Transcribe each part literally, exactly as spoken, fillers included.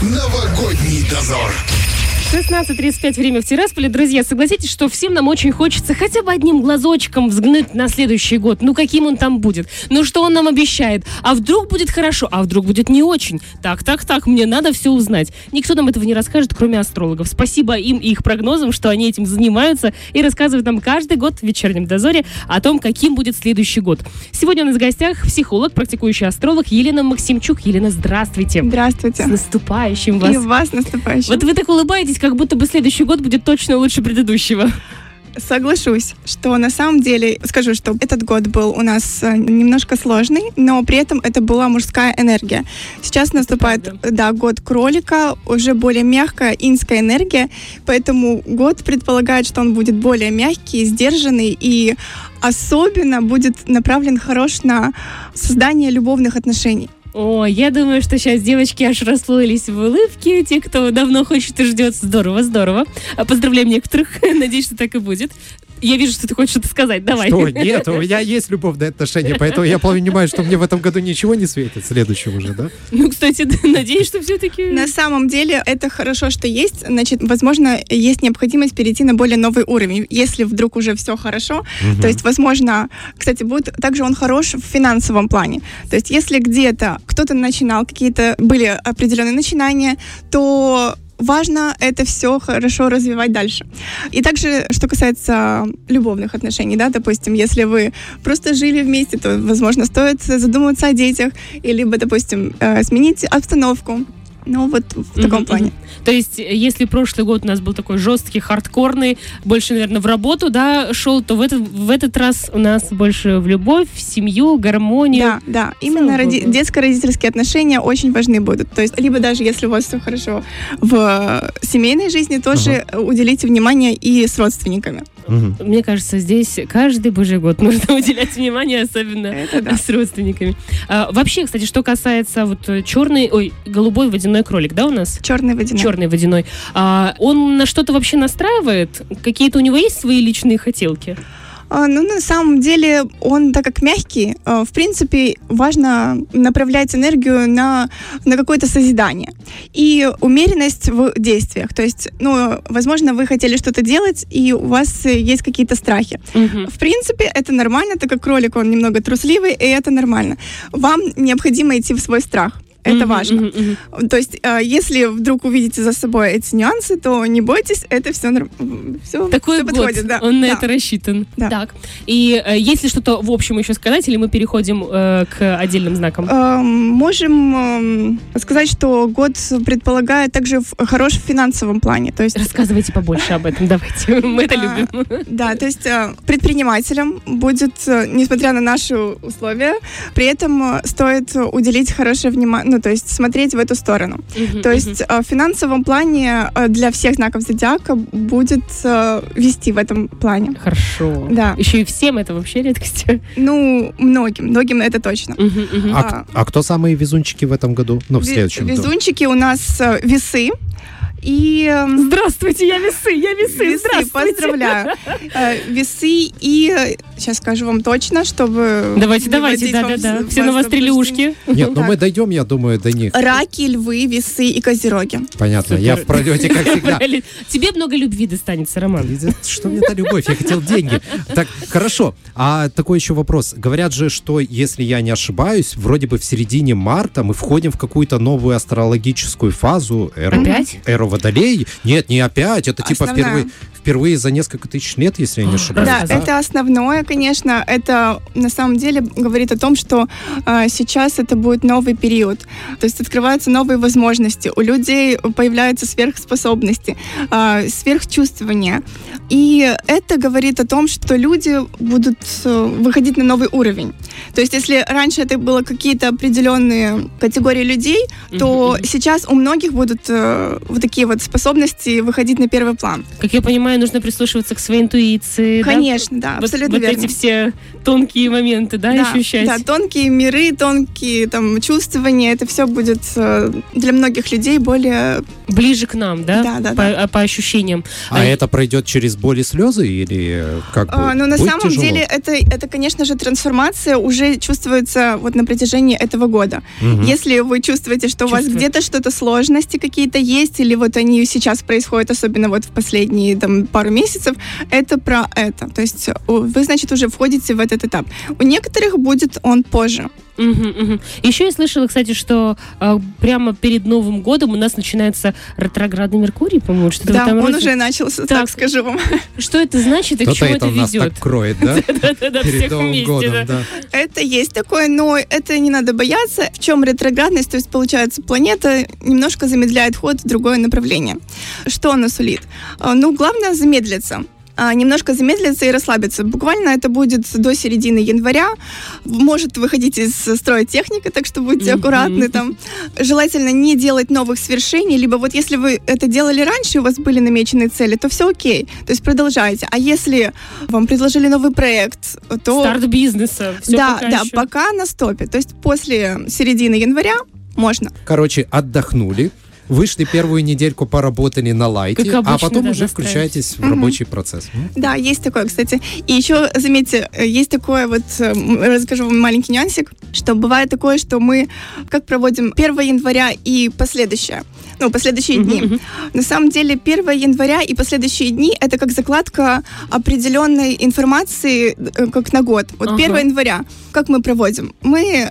Новогодний дозор. шестнадцать тридцать пять, время в Тирасполе. Друзья, согласитесь, что всем нам очень хочется хотя бы одним глазочком взглянуть на следующий год. Ну, каким он там будет? Ну, что он нам обещает? А вдруг будет хорошо? А вдруг будет не очень? Так, так, так, мне надо все узнать. Никто нам этого не расскажет, кроме астрологов. Спасибо им и их прогнозам, что они этим занимаются и рассказывают нам каждый год в вечернем дозоре о том, каким будет следующий год. Сегодня у нас в гостях психолог, практикующий астролог Елена Максимчук. Елена, здравствуйте. Здравствуйте. С наступающим вас. И вас наступающим. Вот вы так улыбаетесь, как будто бы следующий год будет точно лучше предыдущего. Соглашусь, что на самом деле, скажу, что этот год был у нас немножко сложный, но при этом это была мужская энергия. Сейчас наступает, да, год кролика, уже более мягкая иньская энергия, поэтому год предполагает, что он будет более мягкий, сдержанный и особенно будет направлен хорош на создание любовных отношений. О, я думаю, что сейчас девочки аж расплылись в улыбке. Те, кто давно хочет и ждет. Здорово, здорово. Поздравляем некоторых. Надеюсь, что так и будет. Я вижу, что ты хочешь что-то сказать. Давай. Что? Нет, у меня есть любовные отношения, поэтому я понимаю, что мне в этом году ничего не светит. Следующем уже, да? Ну, кстати, надеюсь, что все-таки... На самом деле, это хорошо, что есть. Значит, возможно, есть необходимость перейти на более новый уровень. Если вдруг уже все хорошо, угу. То есть, возможно, кстати, будет также он хорош в финансовом плане. То есть, если где-то кто-то начинал, какие-то были определенные начинания, то важно это все хорошо развивать дальше. И также, что касается любовных отношений, да, допустим, если вы просто жили вместе, то, возможно, стоит задумываться о детях, или, допустим, сменить обстановку. Ну, вот в таком mm-hmm. плане. То есть, если прошлый год у нас был такой жесткий, хардкорный, больше, наверное, в работу, да, шел, то в этот, в этот раз у нас больше в любовь, в семью, гармонию. Да, да. Именно роди- детско-родительские отношения очень важны будут. То есть, либо даже если у вас все хорошо в семейной жизни, тоже uh-huh. уделите внимание и с родственниками. Uh-huh. Мне кажется, здесь каждый божий год нужно уделять внимание, особенно да. с родственниками. А, вообще, кстати, что касается вот черный, ой, голубой водяной кролик, да, у нас? Черный водяной. Черный водяной. А, он на что-то вообще настраивает? Какие-то у него есть свои личные хотелки? А, ну, на самом деле, он, так как мягкий, в принципе, важно направлять энергию на, на какое-то созидание. И умеренность в действиях. То есть, ну, возможно, вы хотели что-то делать, и у вас есть какие-то страхи. Угу. В принципе, это нормально, так как кролик, он немного трусливый, и это нормально. Вам необходимо идти в свой страх. Это mm-hmm, важно. Mm-hmm, mm-hmm. То есть, э, если вдруг увидите за собой эти нюансы, то не бойтесь, это все, все, Такой все год, подходит. Да. Он на да. это рассчитан. Да. Так. И э, есть ли что-то в общем еще сказать, или мы переходим э, к отдельным знакам? Э, можем э, сказать, что год предполагает также в, хорош в финансовом плане. То есть... Рассказывайте побольше об этом, давайте. Мы это любим. Да, то есть предпринимателям будет, несмотря на наши условия, при этом стоит уделить хорошее внимание, ну, то есть смотреть в эту сторону. Uh-huh, то есть uh-huh. в финансовом плане для всех знаков зодиака будет вести в этом плане. Хорошо. Да. Еще и всем это вообще редкость? Ну, многим. Многим это точно. Uh-huh, uh-huh. А, а, а кто самые везунчики в этом году? Ну, в следующем году. Везунчики у нас весы. И... Здравствуйте, я весы, я весы, весы, здравствуйте. Поздравляю. Весы и... Сейчас скажу вам точно, чтобы... Давайте, давайте, да-да-да. Все навострили ушки. Нет, ну мы дойдем, я думаю, до них. Раки, львы, весы и козероги. Понятно, я в пролете, как всегда. Тебе много любви достанется, Роман. Что мне это любовь? Я хотел деньги. Так, хорошо. А такой еще вопрос. Говорят же, что, если я не ошибаюсь, вроде бы в середине марта мы входим в какую-то новую астрологическую фазу. Эру, опять? Эру Водолей. Нет, не опять. Это типа впервые, впервые за несколько тысяч лет, если я не ошибаюсь. Да, да, это основное, конечно. Это на самом деле говорит о том, что э, сейчас это будет новый период. То есть открываются новые возможности. У людей появляются сверхспособности, э, сверхчувствования. И это говорит о том, что люди будут э, выходить на новый уровень. То есть если раньше это было какие-то определенные категории людей, то mm-hmm. сейчас у многих будут э, вот такие такие вот способности выходить на первый план. Как я понимаю, нужно прислушиваться к своей интуиции. Конечно, да, да вот, абсолютно вот верно. эти все тонкие моменты, да, да, ощущать. Да, тонкие миры, тонкие там чувствования, это все будет э, для многих людей более... Ближе к нам, да? Да, да, по, да. по ощущениям. А, а это пройдет через боль и слезы или как бы? А, ну, на будет самом тяжело? деле, это, это, конечно же, трансформация уже чувствуется вот на протяжении этого года. Мгм. Если вы чувствуете, что у вас Чувствую. где-то что-то сложности какие-то есть, или вот они сейчас происходят, особенно вот в последние там, пару месяцев, это про это. То есть вы, значит, уже входите в этот этап. У некоторых будет он позже. Мгм, мгм. Еще я слышала, кстати, что э, прямо перед Новым годом у нас начинается ретроградный Меркурий, по-моему, что-то в Да, этом он роде. уже начался, так, Так. скажу вам. Что это значит и к Кто-то чему это это нас ведет? так кроет, да? Да-да-да, Перед всех Новым вместе, годом, да. да. Это есть такое, но это не надо бояться. В чем ретроградность? То есть, получается, планета немножко замедляет ход в другое направление. Что она сулит? А, Ну, главное замедлиться. А, Немножко замедлиться и расслабиться. Буквально это будет до середины января. Может выходить из строя техника, так что будьте Мгм. аккуратны там. Желательно не делать новых свершений, либо вот если вы это делали раньше, у вас были намеченные цели, то все окей. То есть продолжайте. А если вам предложили новый проект, то... Старт бизнеса. Все да, пока да, еще. пока на стопе. То есть после середины января можно. Короче, отдохнули, вышли первую недельку, поработали на лайте, Как а обычно, потом да, уже настраивайтесь. включаетесь в Мгм. рабочий процесс. М? Да, есть такое, кстати. И еще, заметьте, э, есть такое вот, э, м, расскажу вам маленький нюансик, что бывает такое, что мы как проводим первого января и последующее, ну, последующие Мгм, дни. мгм. На самом деле первого января и последующие дни это как закладка определенной информации, э, как на год. Вот Ага. первого января, как мы проводим? Мы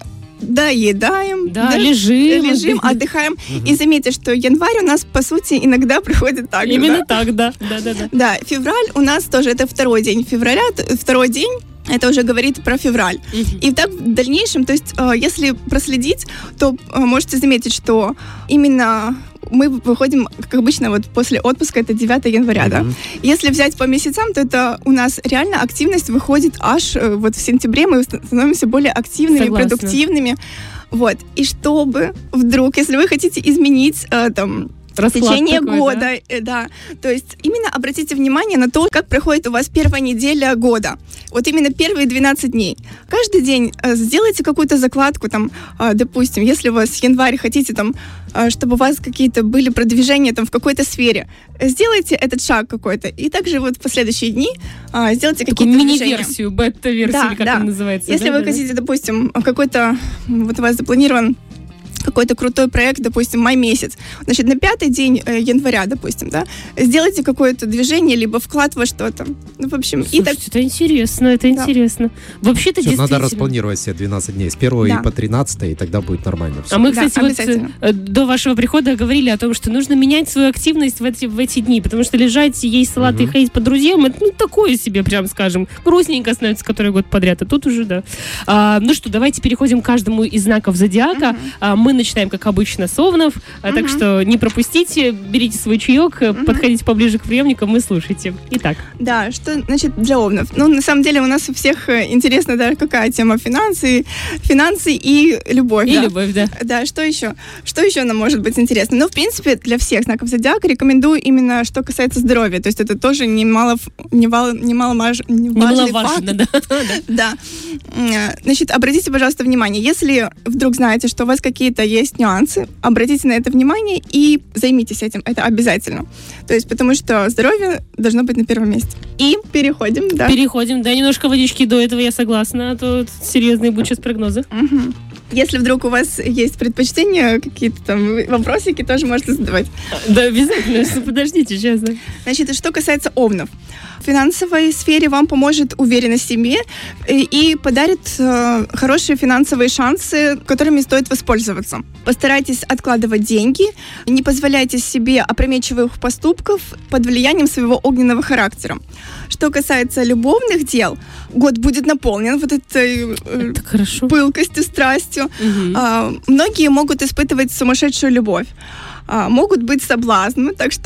доедаем, Да, лежим. лежим, отдыхаем. И заметьте, что январь у нас, по сути, иногда проходит так же. Именно да? так, да. Да-да-да. Да, февраль у нас тоже, это второй день февраля, т- второй день, это уже говорит про февраль. Мгм. И так в дальнейшем, то есть, э, если проследить, то э, можете заметить, что именно мы выходим, как обычно, вот после отпуска, это девятого января, да. Мгм. Если взять по месяцам, то это у нас реально активность выходит аж э, вот в сентябре, мы становимся более активными, Согласна. продуктивными. Вот. И чтобы вдруг, если вы хотите изменить э, там в Расклад течение такой, года, да? э, да. То есть именно обратите внимание на то, как проходит у вас первая неделя года. Вот именно первые двенадцать дней. Каждый день э, сделайте какую-то закладку, там, э, допустим, если у вас январь, хотите там, э, чтобы у вас какие-то были продвижения там в какой-то сфере, э, сделайте этот шаг какой-то. И также вот в последующие дни э, сделайте Такую какие-то движения. мини-версию, бета-версию, Да, или как да. она называется. Если да, вы да, да. хотите, допустим, какой-то, вот у вас запланирован какой-то крутой проект, допустим, май месяц. Значит, на пятый день э, января, допустим, да, сделайте какое-то движение, либо вклад во что-то. Ну, в общем, и так... Слушайте, это интересно, это Да. интересно. Вообще-то Всё, действительно. надо распланировать все двенадцать дней, с первого Да. и по тринадцатое, и тогда будет нормально все. А мы, Да, кстати, вот обязательно. э, до вашего прихода говорили о том, что нужно менять свою активность в эти, в эти дни, потому что лежать, есть салат и Мгм. ходить по друзьям, это ну, такое себе, прям скажем, грустненько становится который год подряд, а тут уже, да. А, ну что, давайте переходим к каждому из знаков зодиака. Мгм. А, мы начинаем, как обычно, с овнов, а, так Мгм. что не пропустите, берите свой чаек, э, Мгм. подходите поближе к приемникам и слушайте. Итак, Да, что значит для овнов? Ну, на самом деле у нас у всех э, интересно, да, какая тема финансы, финансы и любовь. и да. любовь, да. Да, что еще? Что еще нам может быть интересно? Ну, в принципе, для всех знаков зодиака рекомендую именно, что касается здоровья. То есть это тоже немало, немало, немаломаж, немаловажный факт. Немаловажно, да. Да. М, э, Значит, обратите, пожалуйста, внимание. Если вдруг знаете, что у вас какие-то есть нюансы, обратите на это внимание и займитесь этим. Это обязательно. То есть, потому что здоровье должно быть на первом месте. И переходим, да. Переходим, да, немножко водички до этого, я согласна, а то серьезные будут сейчас прогнозы. Мгм. Если вдруг у вас есть предпочтения, какие-то там вопросики, тоже можете задавать. Да, обязательно, что подождите, сейчас. да. Значит, и что касается овнов. В финансовой сфере вам поможет уверенность в себе и, и подарит э, хорошие финансовые шансы, которыми стоит воспользоваться. Постарайтесь откладывать деньги, не позволяйте себе опрометчивых поступков под влиянием своего огненного характера. Что касается любовных дел, год будет наполнен вот этой э, Так хорошо. пылкостью, страстью. Мгм. А, многие могут испытывать сумасшедшую любовь. А, могут быть соблазны, так что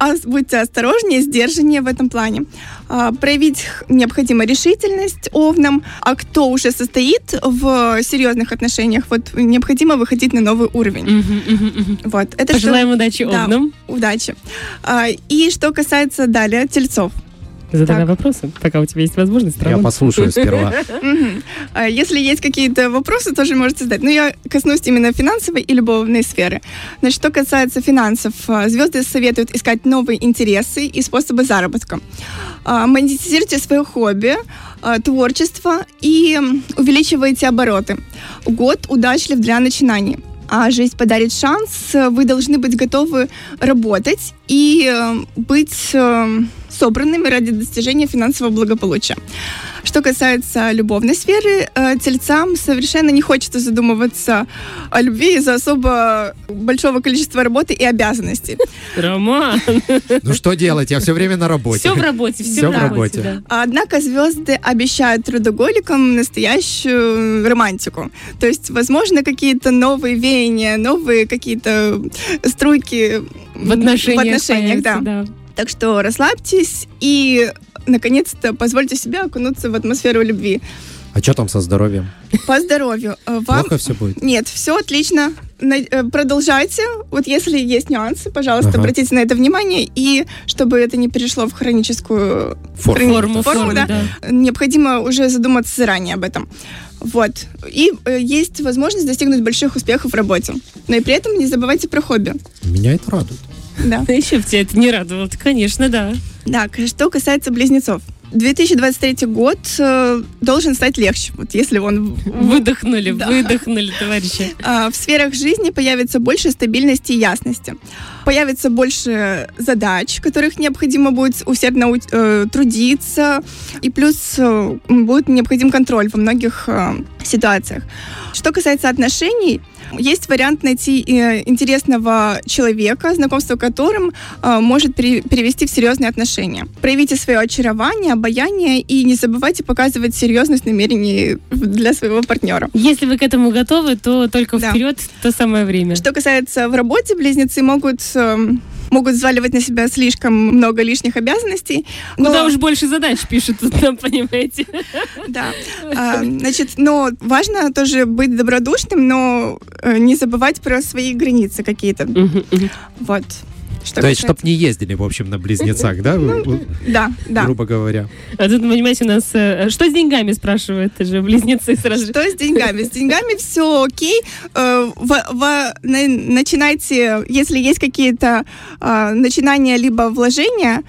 а будьте осторожнее, сдержаннее в этом плане. А, проявить необходимо решительность овнам, а кто уже состоит в серьезных отношениях, вот необходимо выходить на новый уровень. Мгм, мгм, мгм. Вот. Это Пожелаем что... удачи Да, овнам. удачи. А, и что касается далее тельцов. Задавай Так. вопросы, пока у тебя есть возможность. Я Роман. послушаю сперва. Мгм. А Если есть какие-то вопросы, тоже можете задать. Но я коснусь именно финансовой и любовной сферы. Значит, что касается финансов, а, звезды советуют искать новые интересы и способы заработка. А, Монетизируйте свое хобби, а, творчество и м, увеличивайте обороты. Год удачлив для начинаний. А жизнь подарит шанс. Вы должны быть готовы работать и э, быть э, собранными ради достижения финансового благополучия. Что касается любовной сферы, э, тельцам совершенно не хочется задумываться о любви из-за особо большого количества работы и обязанностей. Роман, Ну что делать? Я все время на работе. все в работе, все Всё в в работе. работе. да. Однако звезды обещают трудоголикам настоящую романтику. То есть, возможно, какие-то новые веяния, новые какие-то струйки В отношениях, в отношениях, да. появится, да. Так что расслабьтесь и, наконец-то, позвольте себе окунуться в атмосферу любви. А что там со здоровьем? По здоровью. Э, Вам... Плохо все будет? Нет, все отлично. На- э, Продолжайте. Вот если есть нюансы, пожалуйста, Ага. обратите на это внимание. И чтобы это не перешло в хроническую Форму. хрони- Форму, форму, форму, да, да. необходимо уже задуматься заранее об этом. Вот. И э, есть возможность достигнуть больших успехов в работе. Но и при этом не забывайте про хобби. Меня это радует. Да. Да еще бы тебя это не радовало. Да, конечно, да. Да, к- что касается близнецов. две тысячи двадцать третий год э, должен стать легче, вот если он Выдохнули, Да. выдохнули, товарищи. А, в сферах жизни появится больше стабильности и ясности. Появится больше задач, которых необходимо будет усердно у- э, трудиться, и плюс э, будет необходим контроль во многих э, ситуациях. Что касается отношений, есть вариант найти э, интересного человека, знакомство которым э, может при- перевести в серьезные отношения. Проявите свое очарование, обаяние и не забывайте показывать серьезность намерений для своего партнера. Если вы к этому готовы, то только Да. вперед, то самое время. Что касается в работе, близнецы могут эм, могут взваливать на себя слишком много лишних обязанностей. но- Куда уж больше задач пишут тут нам, понимаете. Да. А, значит, но важно тоже быть добродушным, но э, не забывать про свои границы какие-то. Мгм, мгм. Вот. Что То есть, касается- чтобы не ездили, в общем, на близнецах, да? Ну, Да, да. Грубо говоря. А тут, понимаете, у нас... э, Что с деньгами, спрашивают, это же близнецы сразу же. Что с деньгами? С деньгами все окей. Э, в- в- на- начинайте, если есть какие-то э, начинания либо вложения,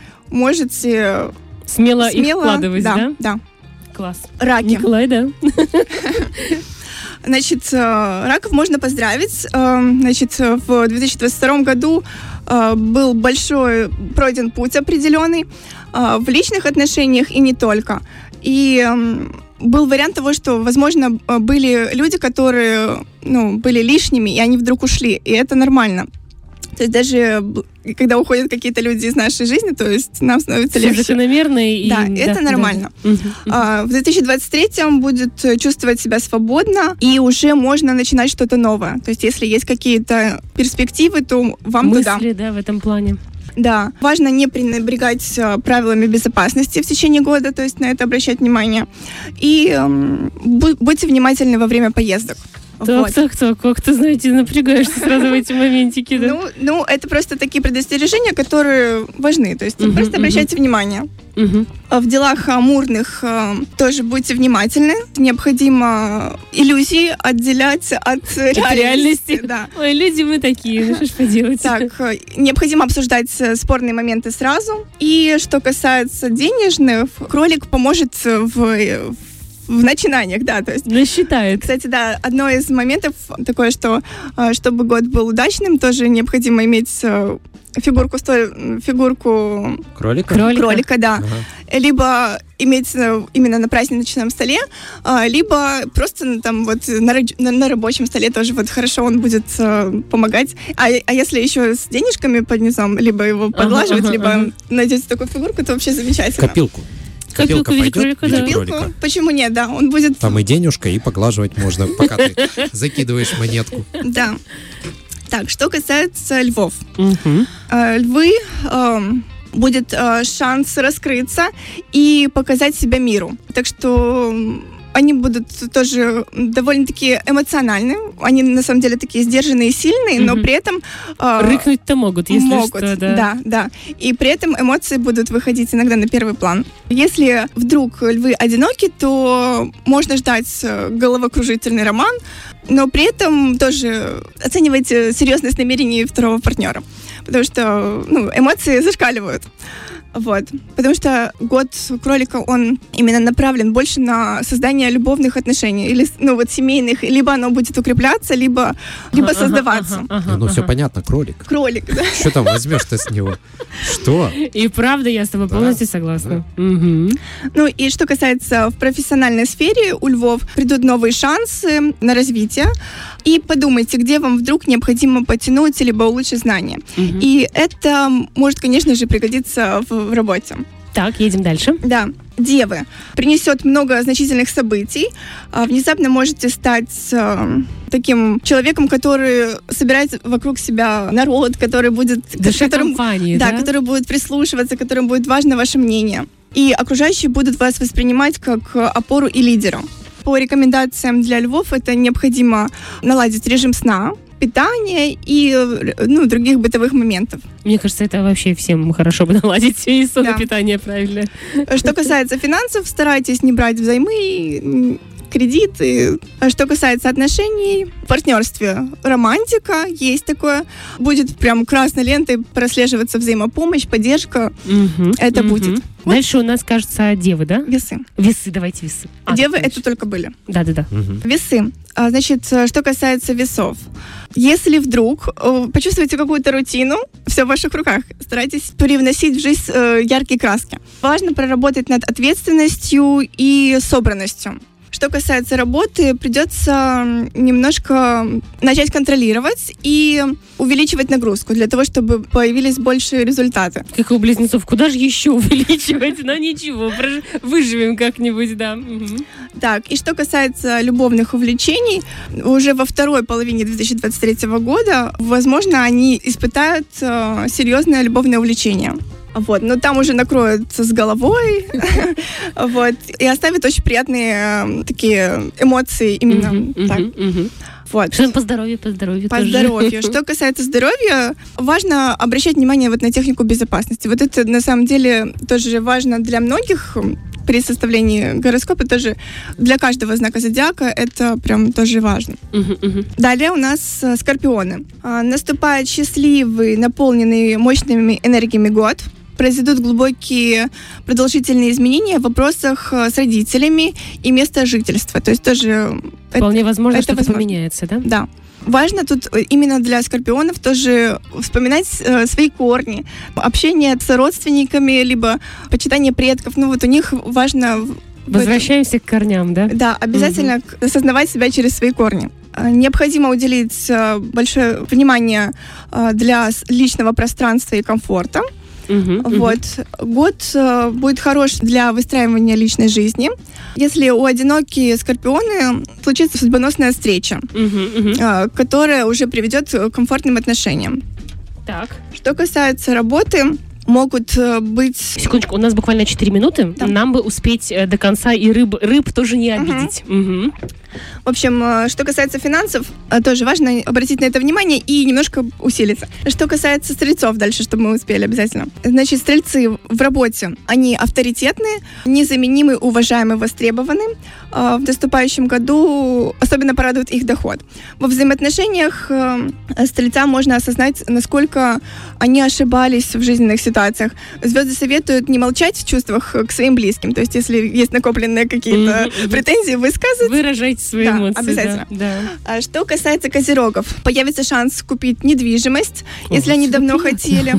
можете Смело, их смело... вкладывать, да? да? Да. Класс. Раки. Николай, да? Значит, э, раков можно поздравить. Э, Значит, в две тысячи двадцать втором году э, был большой пройден путь определенный э, в личных отношениях и не только. И м, был вариант того, что, возможно, э, были люди, которые, ну, были лишними, и они вдруг ушли, и это нормально. То есть даже б- когда уходят какие-то люди из нашей жизни, то есть нам становится Все легче. закономерно. и- Да, это нормально. да. Мгм, мгм. А, В две тысячи двадцать третьем будет э, чувствовать себя свободно, и уже можно начинать что-то новое. То есть, если есть какие-то перспективы, то вам туда. Мысли, да, в этом плане. Да. Важно не пренебрегать э, правилами безопасности в течение года, то есть на это обращать внимание. И эм, бу- будьте внимательны во время поездок. Так, Вот. так, так, как ты, знаете, напрягаешься сразу в эти моментики, да? Ну, ну, это просто такие предостережения, которые важны. То есть Мгм, просто мгм. обращайте внимание. Мгм. А В делах амурных э, тоже будьте внимательны. Необходимо иллюзии отделять от реальности. реальности. Да. Ой, люди мы такие, ну что ж поделать. Так, э, необходимо обсуждать э, спорные моменты сразу. И что касается денежных, кролик поможет э, в, э, в начинаниях, да, то есть. Насчитает. Кстати, да, одно из моментов такое, что э, чтобы год был удачным, тоже необходимо иметь э, фигурку, сто- фигурку Кролика? Кролика. кролика, да. Ага. Либо иметь э, именно на праздничном столе, а, либо просто ну, там вот на, раб- на- на рабочем столе тоже вот хорошо он будет э, помогать. А, а если еще с денежками под низом, либо его подлаживать, ага, либо ага. найдете такую фигурку, то вообще замечательно. Копилку. Копилку в виде пойдет кролика, в виде да. Копилку? кролика? Почему нет, да, он будет... Там и денежка, и поглаживать можно, пока ты закидываешь монетку. Да. Так, что касается львов. Мгм. Э, Львы... эм, будет э, шанс раскрыться и показать себя миру. Так что м, они будут тоже довольно-таки эмоциональны. Они на самом деле такие сдержанные и сильные, но Мгм. при этом... э, Рыкнуть-то могут, если могут, что, да. да, да. И при этом эмоции будут выходить иногда на первый план. Если вдруг львы одиноки, то можно ждать э, головокружительный роман, но при этом тоже оценивайте серьезность намерений второго партнера. Потому что ну, эмоции зашкаливают. Вот. Потому что год кролика, он именно направлен больше на создание любовных отношений. Или, ну, вот семейных. Либо оно будет укрепляться, либо, либо Ага, создаваться. ага, ага, Ну, все ага. понятно, кролик. Кролик, да. Что там возьмешь-то с него? Что? И правда, я с тобой Да, полностью согласна. Мгм. Ну и что касается в профессиональной сфере, у львов придут новые шансы на развитие. И подумайте, где вам вдруг необходимо потянуть либо улучшить знания. Мгм. И это может, конечно же, пригодиться в, в работе. Так, едем дальше. Да, девы. Принесет много значительных событий. А, Внезапно можете стать э, таким человеком, который собирает вокруг себя народ, который будет... Душа которым- компании, да, да? который будет прислушиваться, которым будет важно ваше мнение. И окружающие будут вас воспринимать как э, опору и лидера. По рекомендациям для львов это необходимо наладить режим сна, питания и э, ну, других бытовых моментов. Мне кажется, это вообще всем хорошо бы наладить и сон, и Да. питание правильно. Что касается финансов, старайтесь не брать взаймы, м, кредиты. А что касается отношений, в партнерстве романтика есть такое. Будет прям красной лентой прослеживаться взаимопомощь, поддержка. Мгм, Это мгм. будет. Дальше у нас, кажется, девы, да? Весы. Весы, давайте весы. А, Девы дальше. это только были. Да-да-да. Мгм. Весы. А, Значит, э, что касается весов. Если вдруг э, почувствуете какую-то рутину, все в ваших руках. Старайтесь привносить в жизнь э, яркие краски. Важно проработать над ответственностью и собранностью. Что касается работы, придется немножко начать контролировать и увеличивать нагрузку для того, чтобы появились большие результаты. Как и у близнецов, куда же еще увеличивать? Но ничего, прож- выживем как-нибудь, да. Мгм. Так, и что касается любовных увлечений, уже во второй половине две тысячи двадцать третьего года, возможно, они испытают э, серьезное любовное увлечение. Вот, но там уже накроются с головой, вот, и оставят очень приятные э, такие эмоции именно Мгм, так. мгм, мгм. Вот. Что там по здоровью, по здоровью По тоже. здоровью. Что касается здоровья, важно обращать внимание вот на технику безопасности. Вот это на самом деле тоже важно для многих при составлении гороскопа, тоже для каждого знака зодиака это прям тоже важно. Мгм, мгм. Далее у нас э, скорпионы. А, Наступает счастливый, наполненный мощными энергиями год. Произойдут глубокие продолжительные изменения в вопросах э, с родителями и места жительства. То есть тоже... это- Вполне возможно, это что-то возможно. поменяется, да? да. Важно тут э, именно для скорпионов тоже вспоминать э, свои корни, общение с родственниками, либо почитание предков. Ну вот у них важно... в- в этом- Возвращаемся к корням, да? Да, обязательно к- осознавать себя через свои корни. Э, Необходимо уделить э, большое внимание э, для с- личного пространства и комфорта. Мгм, мгм. Вот. Год э, будет хорош для выстраивания личной жизни. Если у одинокие скорпионы случится судьбоносная встреча, Мгм, мгм. э, которая уже приведет к комфортным отношениям. Так. Что касается работы, могут э, быть... Секундочку, у нас буквально четыре минуты. Да. Нам бы успеть э, до конца и рыб, рыб тоже не обидеть. Мгм. В общем, э, что касается финансов, э, тоже важно обратить на это внимание и немножко усилиться. Что касается стрельцов, дальше, чтобы мы успели обязательно. Значит, стрельцы в работе, они авторитетные, незаменимы, уважаемы, востребованы. Э, В наступающем году особенно порадует их доход. Во взаимоотношениях э, стрельца можно осознать, насколько они ошибались в жизненных ситуациях. Звезды советуют не молчать в чувствах к своим близким. То есть, если есть накопленные какие-то Мгм, мгм. претензии, высказывать. Выражайте свои Да, эмоции. обязательно. Да, да. А Что касается козерогов, появится шанс купить недвижимость, если О, они это давно приятно. хотели.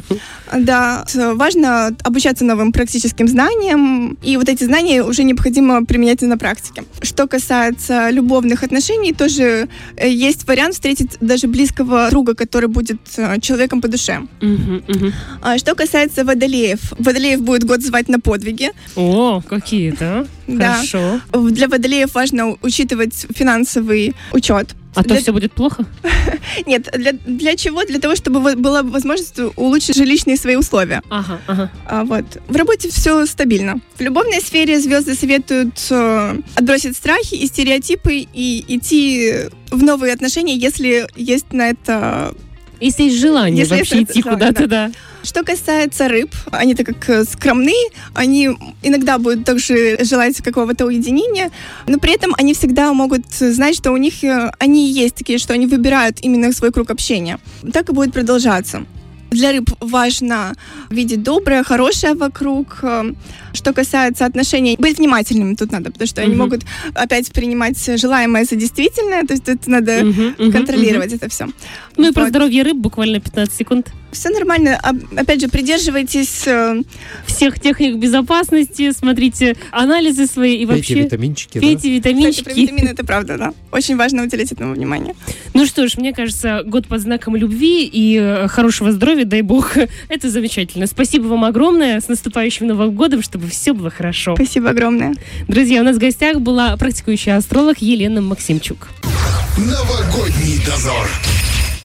Да, т- важно обучаться новым практическим знаниям, и вот эти знания уже необходимо применять на практике. Что касается любовных отношений, тоже э, есть вариант встретить даже близкого друга, который будет э, человеком по душе. Мгм, мгм. А Что касается водолеев, водолеев будет год звать на подвиги. О, какие-то. а? Да. Хорошо. Для водолеев важно учитывать финансовый учет. А для... то все будет плохо? Нет, для, для чего? Для того, чтобы во- была возможность улучшить жилищные свои условия. Ага, ага. А, вот. В работе все стабильно. В любовной сфере звезды советуют э, отбросить страхи и стереотипы и идти в новые отношения, если есть на это... Если есть желание Если вообще есть идти желание, куда-то, да. Что касается рыб, они так как э, скромны, они иногда будут также желать какого-то уединения, но при этом они всегда могут знать, что у них э, они есть такие, что они выбирают именно свой круг общения. Так и будет продолжаться. Для рыб важно видеть доброе, хорошее вокруг. Что касается отношений, быть внимательными тут надо, потому что uh-huh. они могут опять принимать желаемое за действительное, то есть это надо uh-huh, uh-huh, контролировать uh-huh. это все. Ну вот. И про здоровье рыб буквально пятнадцать секунд. Все нормально. Опять же, придерживайтесь... всех техник безопасности, смотрите анализы свои и вообще... Пейте витаминчики, Пейте да? витаминчики. Кстати, про витамины это правда, да. Очень важно уделять этому внимание. Ну что ж, мне кажется, год под знаком любви и хорошего здоровья, дай бог, это замечательно. Спасибо вам огромное. С наступающим Новым годом, чтобы все было хорошо. Спасибо огромное. Друзья, у нас в гостях была практикующая астролог Елена Максимчук. Новогодний дозор.